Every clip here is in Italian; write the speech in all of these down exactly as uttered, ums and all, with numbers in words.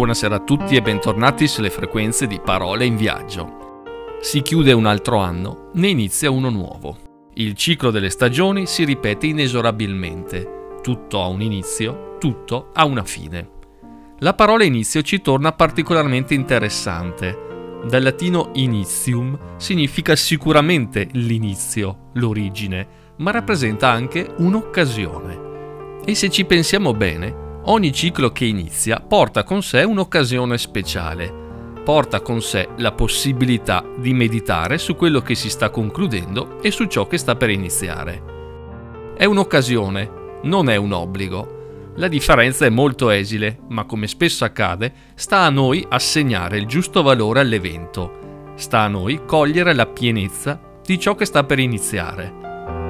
Buonasera a tutti e bentornati sulle frequenze di Parole in Viaggio. Si chiude un altro anno, ne inizia uno nuovo. Il ciclo delle stagioni si ripete inesorabilmente. Tutto ha un inizio, tutto ha una fine. La parola inizio ci torna particolarmente interessante. Dal latino initium significa sicuramente l'inizio, l'origine, ma rappresenta anche un'occasione. E se ci pensiamo bene, ogni ciclo che inizia porta con sé un'occasione speciale, porta con sé la possibilità di meditare su quello che si sta concludendo e su ciò che sta per iniziare. È un'occasione, non è un obbligo. La differenza è molto esile, ma come spesso accade, sta a noi assegnare il giusto valore all'evento. Sta a noi cogliere la pienezza di ciò che sta per iniziare.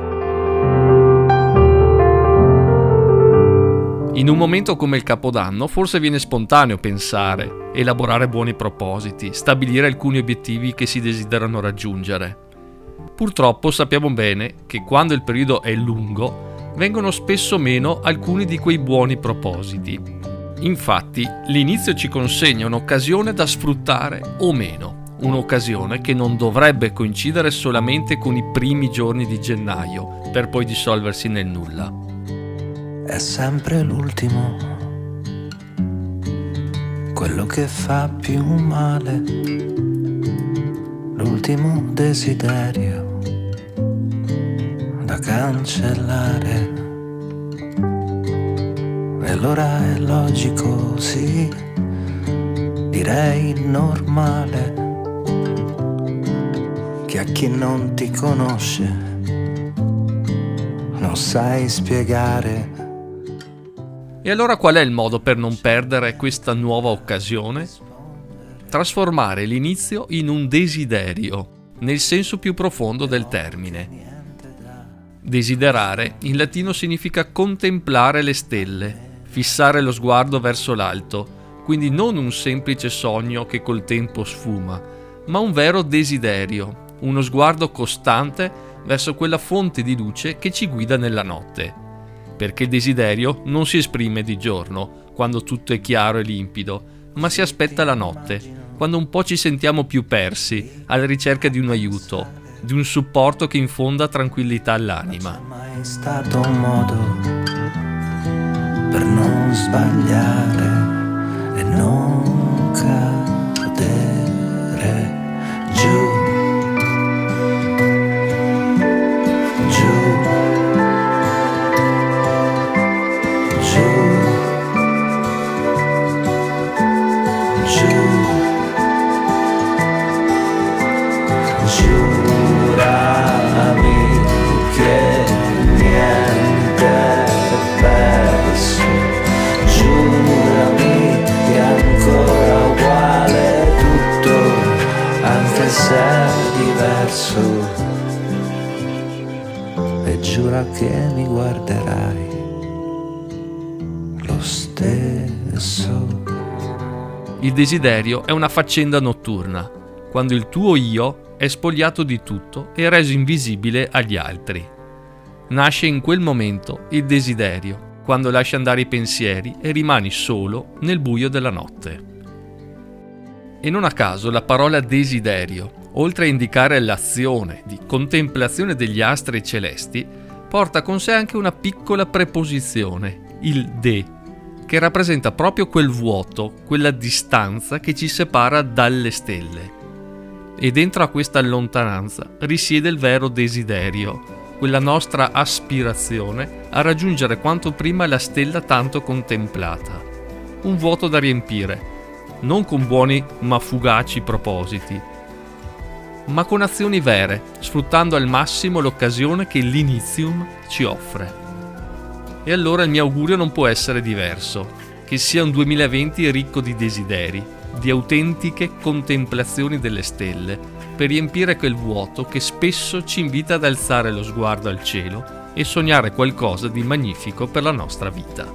In un momento come il Capodanno forse viene spontaneo pensare, elaborare buoni propositi, stabilire alcuni obiettivi che si desiderano raggiungere. Purtroppo sappiamo bene che quando il periodo è lungo, vengono spesso meno alcuni di quei buoni propositi. Infatti, l'inizio ci consegna un'occasione da sfruttare o meno, un'occasione che non dovrebbe coincidere solamente con i primi giorni di gennaio, per poi dissolversi nel nulla. È sempre l'ultimo, quello che fa più male, l'ultimo desiderio da cancellare. E allora è logico, sì, direi normale, che a chi non ti conosce non sai spiegare. E allora qual è il modo per non perdere questa nuova occasione? Trasformare l'inizio in un desiderio, nel senso più profondo del termine. Desiderare in latino significa contemplare le stelle, fissare lo sguardo verso l'alto, quindi non un semplice sogno che col tempo sfuma, ma un vero desiderio, uno sguardo costante verso quella fonte di luce che ci guida nella notte. Perché il desiderio non si esprime di giorno, quando tutto è chiaro e limpido, ma si aspetta la notte, quando un po' ci sentiamo più persi, alla ricerca di un aiuto, di un supporto che infonda tranquillità all'anima. Non c'è mai stato un modo per non sbagliare e non cadere giù. Giurami che niente è perso, giurami che è ancora uguale tutto, anche se è diverso, e giura che mi guarderai lo stesso. Il desiderio è una faccenda notturna, quando il tuo io è spogliato di tutto e reso invisibile agli altri. Nasce in quel momento il desiderio, quando lasci andare i pensieri e rimani solo nel buio della notte. E non a caso la parola desiderio, oltre a indicare l'azione di contemplazione degli astri celesti, porta con sé anche una piccola preposizione, il de, che rappresenta proprio quel vuoto, quella distanza che ci separa dalle stelle. E dentro a questa lontananza risiede il vero desiderio, quella nostra aspirazione a raggiungere quanto prima la stella tanto contemplata. Un vuoto da riempire, non con buoni ma fugaci propositi, ma con azioni vere, sfruttando al massimo l'occasione che l'inizium ci offre. E allora il mio augurio non può essere diverso, che sia un duemilaventi ricco di desideri, di autentiche contemplazioni delle stelle, per riempire quel vuoto che spesso ci invita ad alzare lo sguardo al cielo e sognare qualcosa di magnifico per la nostra vita.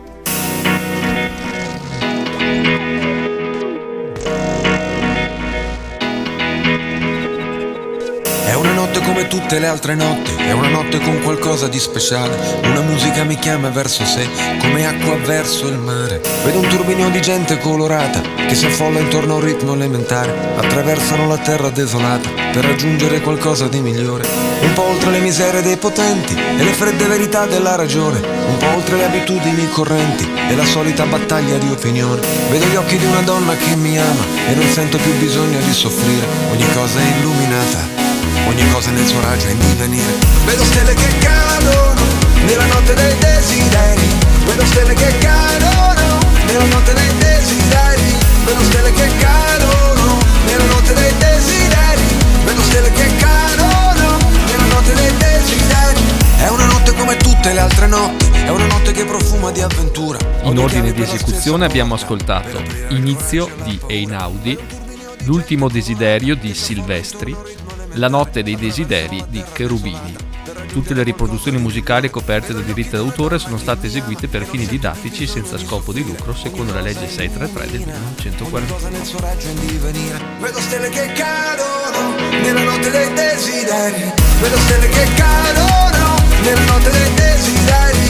È una notte come tutte tutte le altre notti, è una notte con qualcosa di speciale. Una musica mi chiama verso sé, come acqua verso il mare. Vedo un turbinio di gente colorata che si affolla intorno a un ritmo elementare. Attraversano la terra desolata per raggiungere qualcosa di migliore. Un po' oltre le miserie dei potenti e le fredde verità della ragione. Un po' oltre le abitudini correnti e la solita battaglia di opinione. Vedo gli occhi di una donna che mi ama e non sento più bisogno di soffrire. Ogni cosa è illuminata, ogni cosa nel suo raggio è in divenire. Vedo stelle che cadono nella notte dei desideri. Vedo stelle che cadono nella notte dei desideri. Vedo stelle che cadono nella notte dei desideri. Vedo stelle che cadono nella notte dei desideri. È una notte come tutte le altre notti, è una notte che profuma di avventura. In ordine di esecuzione abbiamo ascoltato Inizio di Einaudi, L'ultimo desiderio di Silvestri, La notte dei desideri di Cherubini. Tutte le riproduzioni musicali coperte da diritti d'autore sono state eseguite per fini didattici senza scopo di lucro secondo la legge seicentotrentatré del millenovecentoquarantuno. Vedo stelle che cadono nella notte dei desideri. Vedo stelle che cadono nella notte dei desideri.